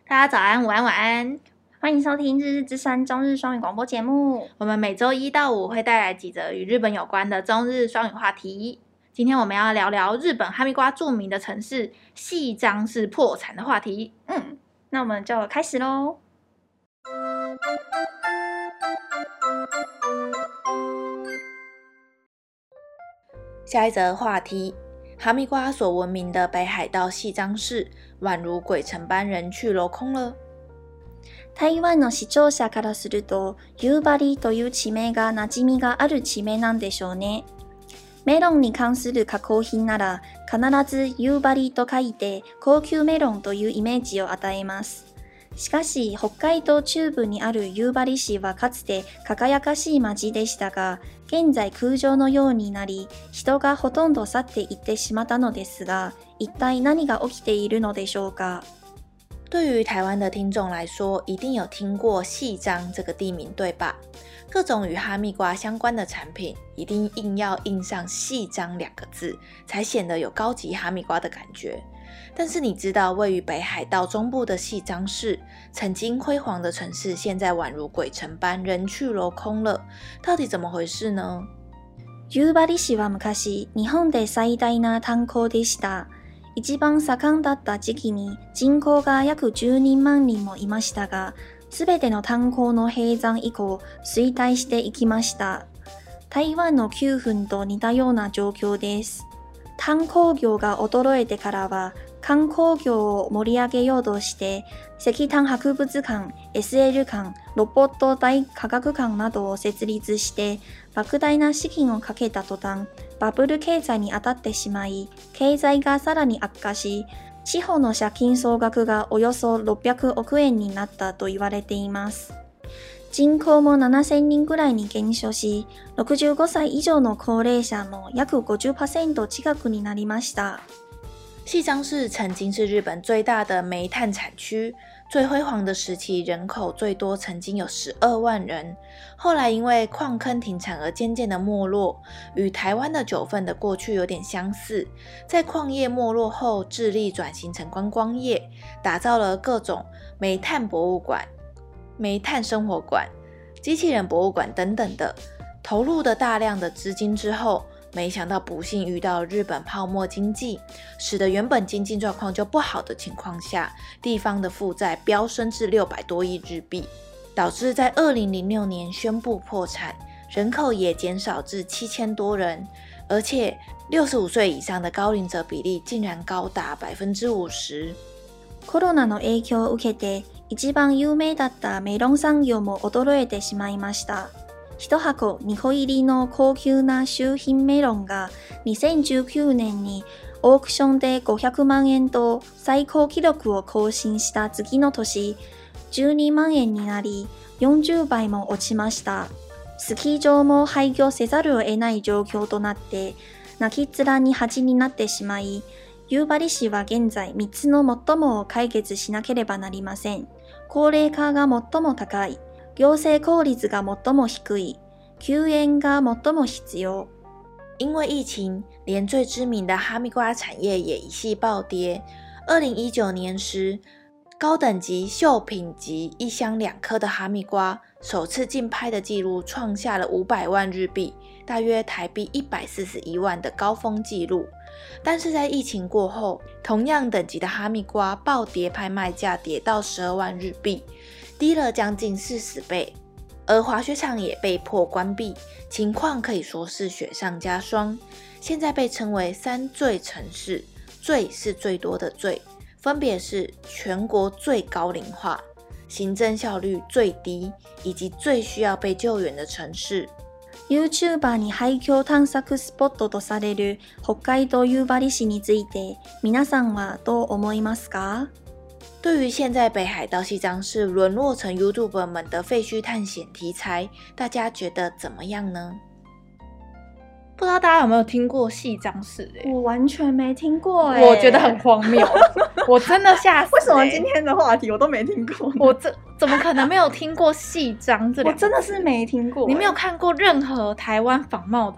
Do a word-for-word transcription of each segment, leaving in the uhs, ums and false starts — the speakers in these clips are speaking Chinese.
大家早安、午安、晚安， 欢迎收听日日之声中日双语广播节目。 我们每周一到五会带来几则与日本有关的中日双语话题。今天我们要聊聊日本哈密瓜著名的城市细张市破产的话题。 嗯，那我们就开始咯。 下一则话题，哈密瓜所闻名的北海道细张市宛如鬼城般人去楼空了。 台湾の視聴者からすると、夕張という地名が馴染みがある地名なんでしょうね。メロンに関する加工品なら、必ず夕張と書いて高級メロンというイメージを与えます。しかし、北海道中部にある夕張市はかつて輝かしい町でしたが、現在空城のようになり、人がほとんど去っていってしまったのですが、一体何が起きているのでしょうか。 对于台湾的听众来说，一定有听过细张这个地名，对吧？各种与哈密瓜相关的产品，一定硬要印上细张两个字，才显得有高级哈密瓜的感觉。但是你知道位于北海道中部的细张市，曾经辉煌的城市，现在宛如鬼城般人去楼空了，到底怎么回事呢？ 夕張市は昔、日本で最大な炭鉱でした。一番盛んだった時期に人口が約じゅうにまんにんもいましたが、すべての炭鉱の閉山以降、衰退していきました。台湾のきゅうふんと似たような状況です。炭鉱業が衰えてからは、観光業を盛り上げようとして、石炭博物館、エスエル 館、ロボット大科学館などを設立して、莫大な資金をかけた途端、バブル経済に当たってしまい、経済がさらに悪化し、地方の借金総額がおよそろっぴゃくおくえんになったと言われています。人口もななせんにんぐらいに減少し、ろくじゅうごさい以上の高齢者も約 ごじゅっパーセント 近くになりました。 细张市曾经是日本最大的煤炭产区，最辉煌的时期人口最多曾经有十二万人，后来因为矿坑停产而渐渐的没落，与台湾的九份的过去有点相似。在矿业没落后，致力转型成观光业，打造了各种煤炭博物馆、煤炭生活馆、机器人博物馆等等的，投入了大量的资金之后，没想到不幸遇到日本泡沫经济，使得原本经济状况就不好的情况下，地方的负债飙升至六百多亿日币，导致在二零零六年宣布破产，人口也减少至七千多人，而且六十五岁以上的高龄者比例竟然高达 百分之五十。 コロナの影響を受けて、一番有名だったメロン産業も衰えてしまいました。一箱にこ入りの高級な周品メロンがにせんじゅうきゅうねんにオークションでごひゃくまんえんと最高記録を更新した次の年、じゅうにまんえんになりよんじゅうばいも落ちました。スキー場も廃業せざるを得ない状況となって、泣き面に恥になってしまい、夕張市は現在みっつの最もを解決しなければなりません。高齢化が最も高い。行政効率が最も低い。救援が最も必要。 因为疫情，连最知名的哈密瓜产业也一系暴跌。二零一九年时，高等级秀品级一箱两颗的哈密瓜首次竞拍的纪录创下了五百万日币，大约台币一百四十一万的高峰纪录。但是在疫情过后，同样等级的哈密瓜暴跌，拍卖价跌到十二万日币，低了将近四十倍。而滑雪场也被迫关闭，情况可以说是雪上加霜。现在被称为三最城市，最是最多的最，分别是全国最高龄化、行政效率最低以及最需要被救援的城市。 YouTuber に廃墟探索スポットとされる北海道夕張市について、皆さんはどう思いますか？ 对于现在北海道细张市沦落成 YouTuber 们的废墟探险题材，大家觉得怎么样呢？不知道大家有没有听过细张市、欸？ 我完全没听过、欸， 我觉得很荒谬，我真的吓死、欸！ 为什么今天的话题我都没听过？ 我这怎么可能没有听过细张这两个字？ 我真的是没听过、欸， 你没有看过任何台湾仿冒的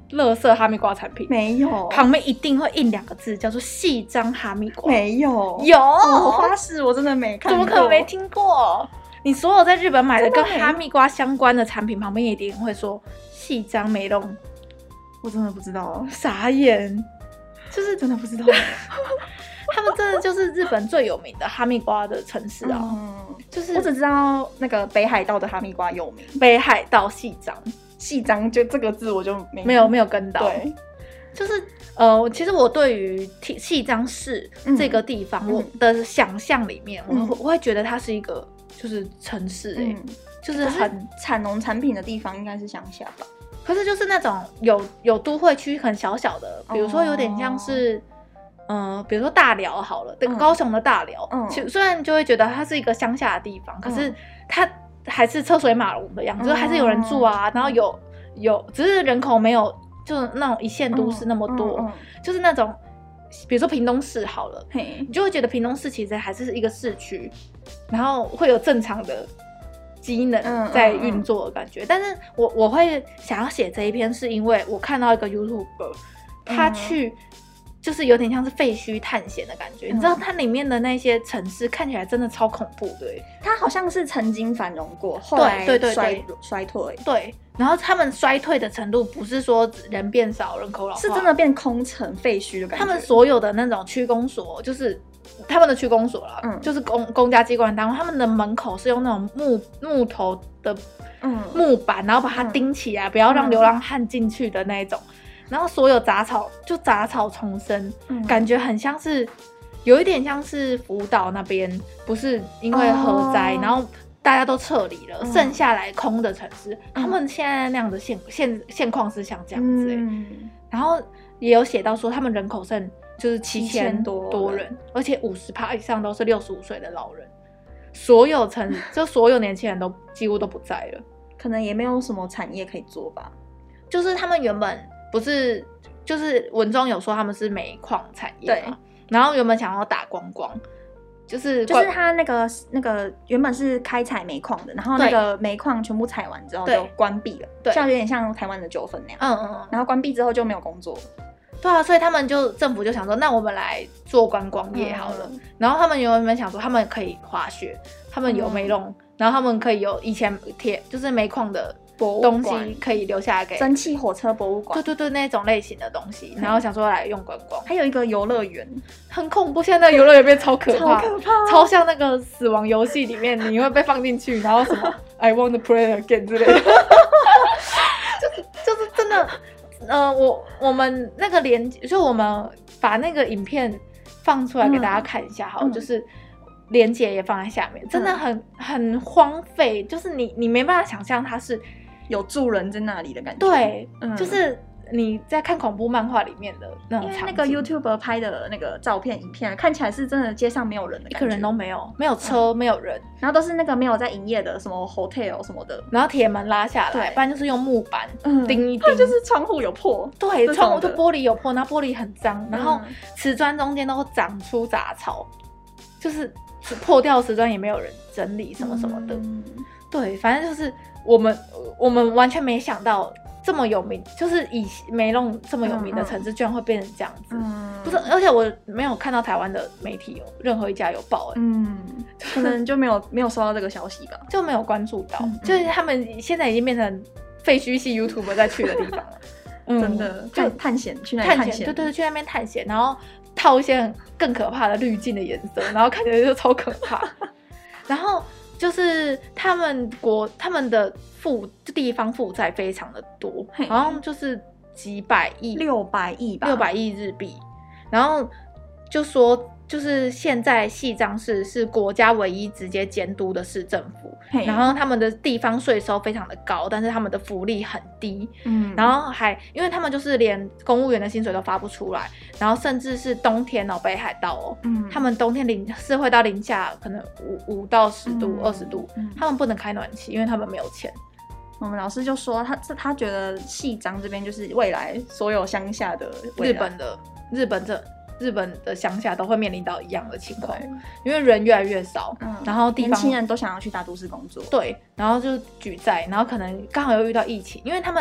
垃圾哈密瓜产品？ 没有， 旁边一定会印两个字，叫做细张哈密瓜。 没有， 有， 我发誓我真的没看过。 怎么可能没听过？你所有在日本买的跟哈密瓜相关的产品，旁边一定会说细张梅隆。 我真的不知道， 傻眼， 就是真的不知道。 他们真的就是日本最有名的哈密瓜的城市啊！ 嗯， 就是我只知道那个北海道的哈密瓜有名， 北海道细张， 细张就这个字我就没没有没有跟到。 对， 就是呃，其实我对于细张市这个地方，嗯、我的想象里面，嗯、我我会觉得它是一个就是城市、欸，哎、嗯，就是很产农产品的地方，应该是乡下吧？ 可是就是那种有有都会区很小小的，比如说有点像是。哦嗯，比如说大寮好了，嗯、高雄的大寮，嗯，其实虽然就会觉得它是一个乡下的地方，嗯、可是它还是车水马龙的样子，嗯、就是还是有人住啊，然后有有，只是人口没有就是那种一线都市那么多，嗯嗯嗯、就是那种比如说屏东市好了，你就会觉得屏东市其实还是一个市区，然后会有正常的机能在运作的感觉。嗯嗯嗯、但是我我会想要写这一篇，是因为我看到一个 YouTuber， 他去。就是有点像是废墟探险的感觉，嗯、你知道它里面的那些城市看起来真的超恐怖的。 它好像是曾经繁荣过，后来对对对衰衰退。 对，然后他们衰退的程度不是说人变少、人口老化， 是真的变空城废墟的感觉。 他们所有的那种区公所，就是他们的区公所啦，嗯、就是公公家机关单位，他们的门口是用那种木木头的木板，嗯、然后把它钉起来，嗯、不要让流浪汉进去的那一种。然后所有杂草就杂草丛生，嗯、感觉很像是，有一点像是福岛那边，不是因为核灾，哦、然后大家都撤离了，嗯、剩下来空的城市，嗯、他们现在那样的现现现况是像这样子，欸嗯、然后也有写到说他们人口剩就是七千多人，而且五十趴以上都是六十五岁的老人，所有城就所有年轻人都几乎都不在了， 可能也没有什么产业可以做吧， 就是他们原本。不是，就是文中有说他们是煤矿产业嘛，然后原本想要打光光，就是就是他那个那个原本是开采煤矿的，然后那个煤矿全部采完之后就关闭了，对，像有点像台湾的九份那样，嗯嗯，然后关闭之后就没有工作了。 对啊，所以他们就政府就想说，那我们来做观光业好了。嗯、然后他们原本想说，他们可以滑雪，他们有煤龙，嗯、然后他们可以有以前铁就是煤矿的。东西可以留下来给蒸汽火车博物馆， 对对对，那种类型的东西，然后想说来用观光。 还有一个游乐园，很恐怖，现在游乐园变超可怕， 超可怕， 超像那个死亡游戏里面，你会被放进去，然后什么 I want to play again 之类的，就是就是真的，呃，我我们那个连就我们把那个影片放出来给大家看一下，好，嗯、就是。连结也放在下面，真的很、嗯、很荒废，就是你你没办法想象它是有住人在那里的感觉。 对，嗯、就是你在看恐怖漫画里面的那种场景。因为那个 YouTuber 拍的那个照片、影片，看起来是真的街上没有人的感觉， 一个人都没有，没有车，嗯、没有人， 然后都是那个没有在营业的什么 hotel 什么的， 然后铁门拉下来，不然就是用木板钉一钉， 就是窗户有破， 对，窗户的玻璃有破，然后玻璃很脏，然后瓷砖中间都会长出杂草，就是破掉的瓷砖也没有人整理什么什么的，嗯、对，反正就是我们我们完全没想到这么有名，就是以梅隆这么有名的城市，居然会变成这样子。嗯、不是，而且我没有看到台湾的媒体有任何一家有报，哎， 嗯，可能就没有没有收到这个消息吧， 就没有关注到，嗯、就是他们现在已经变成废墟系 YouTuber 在去的地方了。 嗯、真的，就探险去那里探险， 对对对，去那边探险，然后套一些更可怕的滤镜的颜色，然后看起来就超可怕。然后就是他们国他们的负地方负债非常的多，好像就是几百亿， 六百亿吧， 六百亿日币。然后就说，就是现在细张市是国家唯一直接监督的市政府，然后他们的地方税收非常的高，但是他们的福利很低，嗯，然后还因为他们就是连公务员的薪水都发不出来，然后甚至是冬天哦，北海道哦，嗯，他们冬天零是会到零下可能五五到十度、二十、嗯、度、嗯，他们不能开暖气，因为他们没有钱。 我们老师就说他他觉得细张这边就是未来所有乡下的日本的日本这。日本的乡下都会面临到一样的情况，因为人越来越少，嗯、然后地方年轻人都想要去大都市工作， 对，然后就举债，然后可能刚好又遇到疫情，因为他们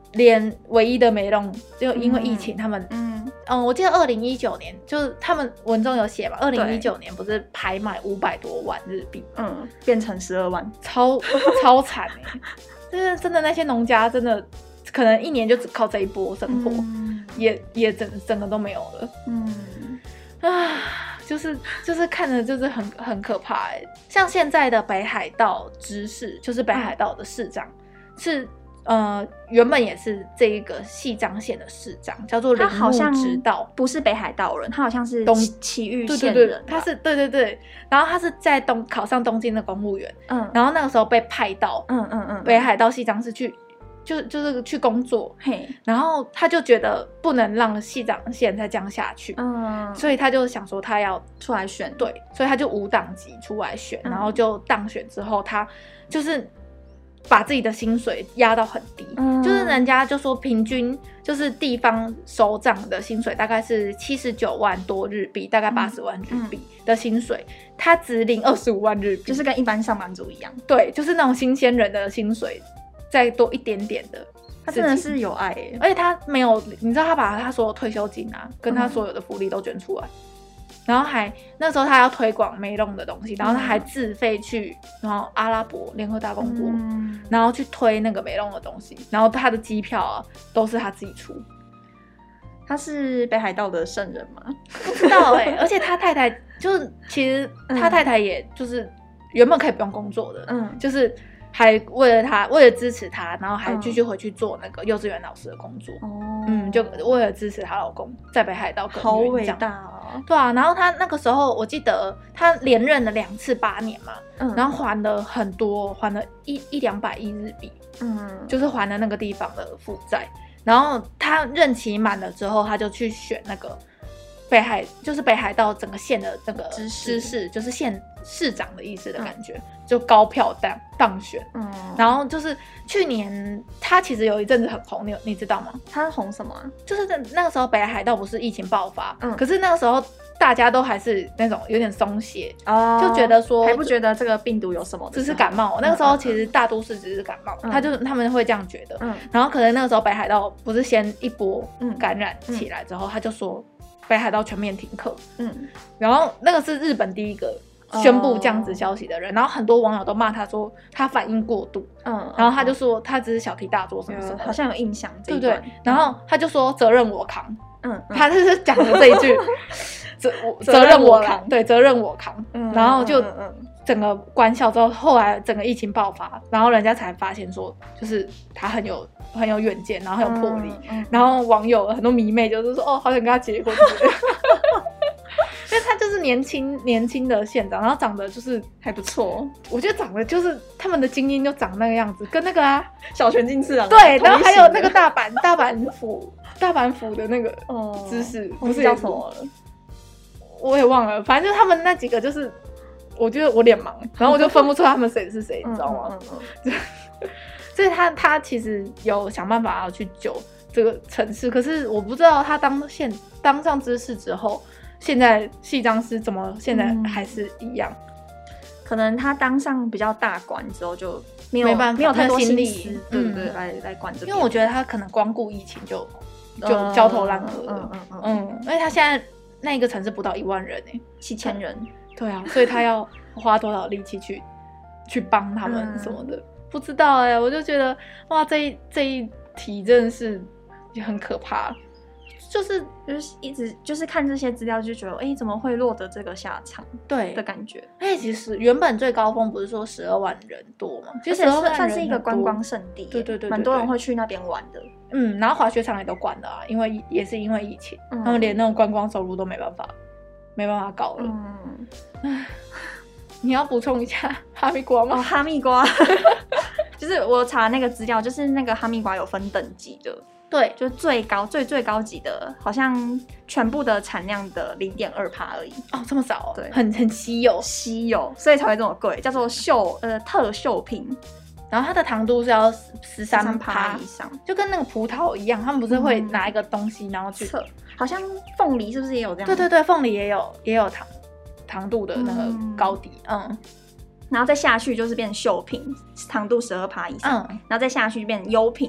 连唯一的梅隆就因为疫情，他们嗯嗯，我记得二零一九年就是他们文中有写嘛，二零一九年不是拍卖五百多万日币， 嗯，变成十二万， 超超惨哎、欸！就是真的那些农家真的可能一年就只靠这一波生活， 嗯、 也也整整个都没有了。嗯啊，就是就是看着就是很很可怕哎、欸。像现在的北海道知事，就是北海道的市长、嗯、是。呃，原本也是这一个细张县的市长，叫做铃木直道， 不是北海道人，他好像是东埼玉县人，对对对， 他是对对对，然后他是在东考上东京的公务员，嗯，然后那个时候被派到，嗯嗯嗯，北海道细张市去，就就是去工作，嘿，然后他就觉得不能让细张县再这样下去，嗯，所以他就想说他要出来选， 对，所以他就无党籍出来选，嗯、然后就当选之后，他就是。把自己的薪水压到很低、嗯，就是人家就说平均就是地方首长的薪水大概是七十九万多日币，大概八十万日币的薪水，嗯嗯、他只领二十五万日币， 就是跟一般上班族一样。 对，就是那种新鲜人的薪水再多一点点的。 他真的是有爱耶， 而且他没有，你知道他把他所有退休金啊，跟他所有的福利都捐出来。嗯，然后还那时候他要推广梅隆的东西，然后他还自费去，然后阿拉伯联合大公国、嗯，然后去推那个梅隆的东西，然后他的机票啊都是他自己出。 他是北海道的圣人吗？ 不知道哎、欸，而且他太太就是其实他太太也就是原本可以不用工作的，嗯，就是还为了他为了支持他，然后还继续回去做那个幼稚园老师的工作。哦、嗯，就为了支持她老公在北海道耕耘， 好伟大哦！ 对啊，然后他那个时候我记得他连任了两次八年嘛，嗯，然后还了很多，还了一一两百亿日币，嗯，就是还了那个地方的负债。然后他任期满了之后，他就去选那个北海，就是北海道整个县的那个知事，就是县市长的意思的感觉，嗯、就高票当当选。嗯，然后就是去年他其实有一阵子很红，你你知道吗？ 他红什么啊？ 就是那个时候北海道不是疫情爆发，嗯，可是那个时候大家都还是那种有点松懈，哦，就觉得说还不觉得这个病毒有什么， 只是感冒。嗯、那个时候其实大都市只是感冒，嗯、他就他们会这样觉得。嗯，然后可能那个时候北海道不是先一波感染起来之后，嗯、他就说北海道全面停课。嗯，然后那个是日本第一个宣布这样子消息的人，哦、然后很多网友都骂他说他反应过度。嗯，然后他就说他只是小题大做什么什么， 好像有印象这一段，对对。然后他就说责任我扛。嗯，他就是讲的这一句。责责任我扛，对，责任我扛，嗯、然后就整个关校之后，后来整个疫情爆发，然后人家才发现说，就是他很有很有远见，然后很有魄力，嗯嗯、然后网友很多迷妹就是说，哦，好想跟他结婚，因为他就是年轻年轻的县长，然后长得就是还不错，我觉得长得就是他们的精英就长那个样子，跟那个啊小泉进次郎对，然后还有那个大阪大阪府大阪府的那个知识， 不是叫什么了。 我也忘了，反正就他们那几个，就是我觉得我脸盲，然后我就分不出他们谁是谁，你知道吗？嗯嗯嗯、所以他他其实有想办法要去救这个城市，可是我不知道他当县当上知事之后，现在细张师怎么现在还是一样？ 嗯、可能他当上比较大官之后就没有没办法没有太多心力， 对不对？嗯、来来管这边， 因为我觉得他可能光顾疫情就就焦头烂额了，嗯嗯嗯嗯，因为他现在。那一个城市不到一万人哎、欸， 七千人， 对啊，所以他要花多少力气去去帮他们什么的，嗯、不知道哎、欸，我就觉得哇，这一这一题真的是很可怕，就是就是一直就是看这些资料就觉得，哎、欸，怎么会落得这个下场？ 对的感觉。 哎，其实原本最高峰不是说十二万人多吗？ 其实算是一个观光胜地， 对对 对, 对， 蛮多人会去那边玩的。 嗯，然后滑雪场也都关了啊，因为也是因为疫情，嗯、他们连那种观光收入都没办法，没办法搞了。嗯，唉，你要补充一下哈密瓜吗？ 哦，哈密瓜，就是我查那个资料，就是那个哈密瓜有分等级的， 对， 就是最高最最高级的，好像全部的产量的零点二趴而已。 哦，这么少、哦？ 对， 很很稀有， 稀有，所以才会这么贵，叫做秀呃特秀品。 然后它的糖度是要十三趴以上， 就跟那个葡萄一样，他们不是会拿一个东西、嗯、然后去测，好像凤梨是不是也有这样？ 对对对，凤梨也有也有糖糖度的那个高低，嗯，嗯然后再下去就是变秀品，糖度十二趴以上，嗯，然后再下去就变优品，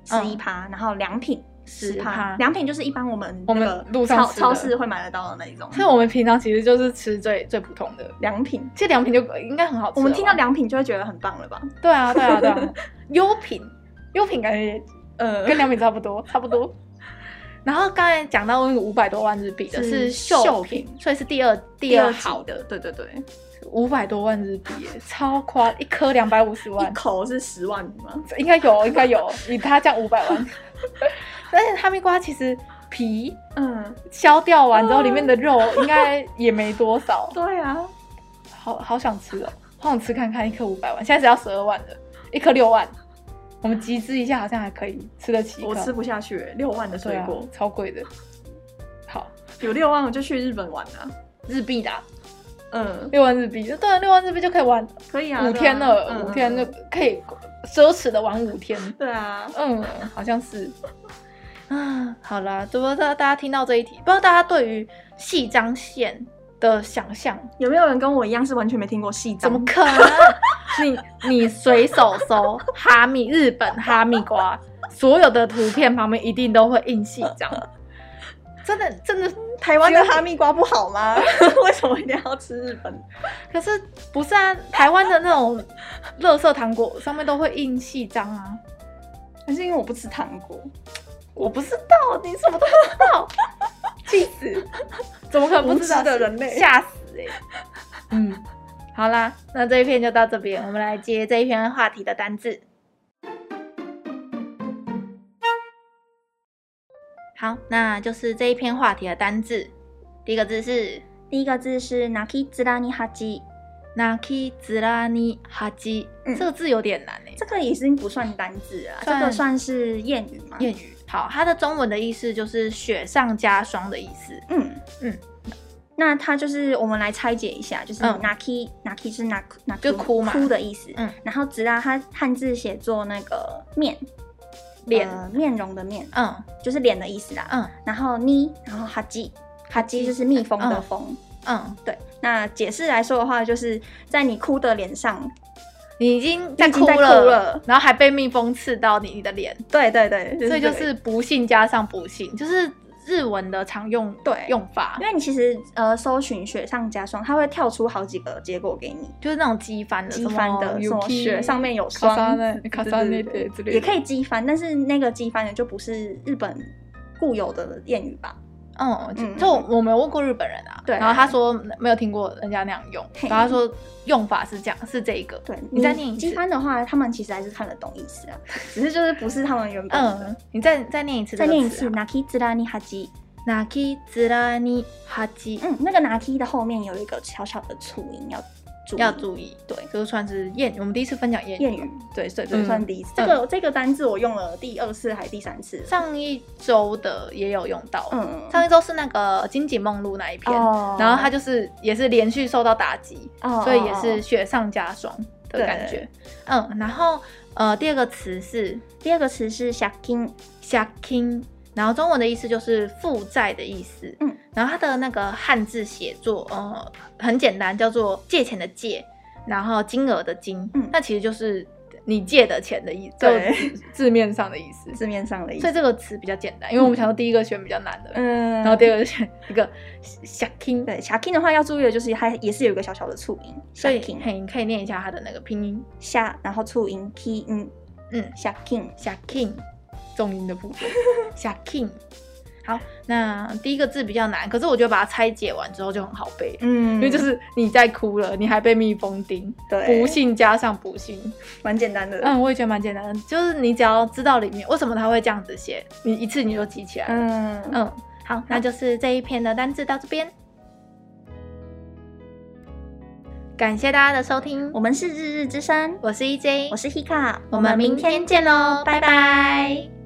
十一趴，然后良品十趴，良品就是一般我们我们路上超超市会买得到的那一种。 所以我们平常其实就是吃最最普通的良品， 其实良品就应该很好吃。 我们听到良品就会觉得很棒了吧？ 对啊，对啊，对啊。优品，优品感觉也呃跟良品差不多，差不多。然后刚才讲到那个五百多万日币的是秀品，所以是第二第二好的， 对对对， 五百多万日币耶，超夸，一颗两百五十万， 一口是十万吗？ 应该有，应该有，以它这样五百万。而且哈密瓜其实皮嗯削掉完之后，里面的肉应该也没多少。 对啊， 好好想吃哦，好想吃看看，一颗五百万，现在只要十二万的，一颗六万。我们集资一下，好像还可以吃得起。 我吃不下去，六万的水果、 啊、超贵的。好， 有六万我就去日本玩啊， 日币的、啊。 嗯， 六万日币，对啊，六万日币就可以玩， 可以啊， 五天了， 啊、 五天就可以奢侈的玩五天。 对啊， 嗯，好像是。啊，好啦，不知道大家听到这一题，不知道大家对于细张线的想象， 有没有人跟我一样是完全没听过细张？ 怎么可能？你你随手搜哈密日本哈密瓜，所有的图片旁边一定都会印细张。真的真的， 台湾的哈密瓜不好吗？为什么一定要吃日本？ 可是不是啊，台湾的那种垃圾糖果上面都会印细张啊。 还是因为我不吃糖果？ 我不知道，你什么都不知道，气死！怎么可能不知道的人类？ 吓死哎、欸！嗯，好啦，那这一篇就到这边，我们来接这一篇话题的单字。好，那就是这一篇话题的单字。第一个字是， 第一个字是 naki zurani haji。 naki zurani haji，这个字有点难哎、欸。 这个已经不算单字了，这个算是谚语吗？ 谚语。好，它的中文的意思就是雪上加霜的意思。嗯嗯。那它就是我们来拆解一下，就是 naki、嗯、naki 是 nak nak 就哭嘛， 哭的意思。 嗯。 然后zura它汉字写作那个面。脸、呃、面容的面，嗯，就是脸的意思啦，嗯，然后ni，然后 haji，haji 就是蜜蜂的蜂，嗯，嗯对。那解释来说的话，就是在你哭的脸上， 你已经在哭 了, 哭了，然后还被蜜蜂刺到你的脸， 对对对，就是、 所以就是不幸加上不幸，就是日文的常用对用法。 因为你其实呃搜寻雪上加霜，它会跳出好几个结果给你， 就是那种机翻的， 机翻的什么雪上面有霜，也可以机翻，但是那个机翻的就不是日本固有的谚语吧？ 嗯，就我没有问过日本人啊，对，然后他说没有听过人家那样用，然后他说用法是这样，是这一个。对， 你再念一次。机翻的话，他们其实还是看得懂意思啊，只是就是不是他们原本的。 嗯，你再再念一次、啊， 再念一次。naki zurani haji。 naki zurani haji。 嗯，那个 naki 的后面有一个小小的促音要。 要注意，对，这个算是谚语。我们第一次分享谚语， 谚语，对对对，嗯、算第一次。这个、嗯、这个单字我用了第二次还是第三次？ 上一周的也有用到，嗯，上一周是那个金井梦露那一篇，哦、然後它就是也是连续受到打击，哦、所以也是雪上加霜的感觉。嗯，然后呃，第二个词是第二个词是借金， 借金。然后中文的意思就是负债的意思，嗯，然后它的那个汉字写作，呃，很简单，叫做借钱的借，然后金额的金，嗯，那其实就是你借的钱的意思，对，字面上的意思， 字面上的意思。 所以这个词比较简单，因为我们想说第一个选比较难的，嗯，然后第二个选一个借金， 对，借金的话要注意的就是它也是有一个小小的促音， 所以嘿，你可以念一下它的那个拼音， 下，然后促音 k 嗯嗯，借金， 借金。重音的部分，借金。好，那第一个字比较难，可是我觉得把它拆解完之后就很好背，嗯，因为就是你在哭了，你还被蜜蜂叮，对，不幸加上不幸， 蛮简单的。 嗯，我也觉得蛮简单的，就是你只要知道里面为什么它会这样子写，你一次你就记起来了。嗯嗯，好，那就是这一篇的单字到这边。感谢大家的收听， 我们是日日之声， 我是 E J， 我是 Hika， 我们明天见喽，拜拜。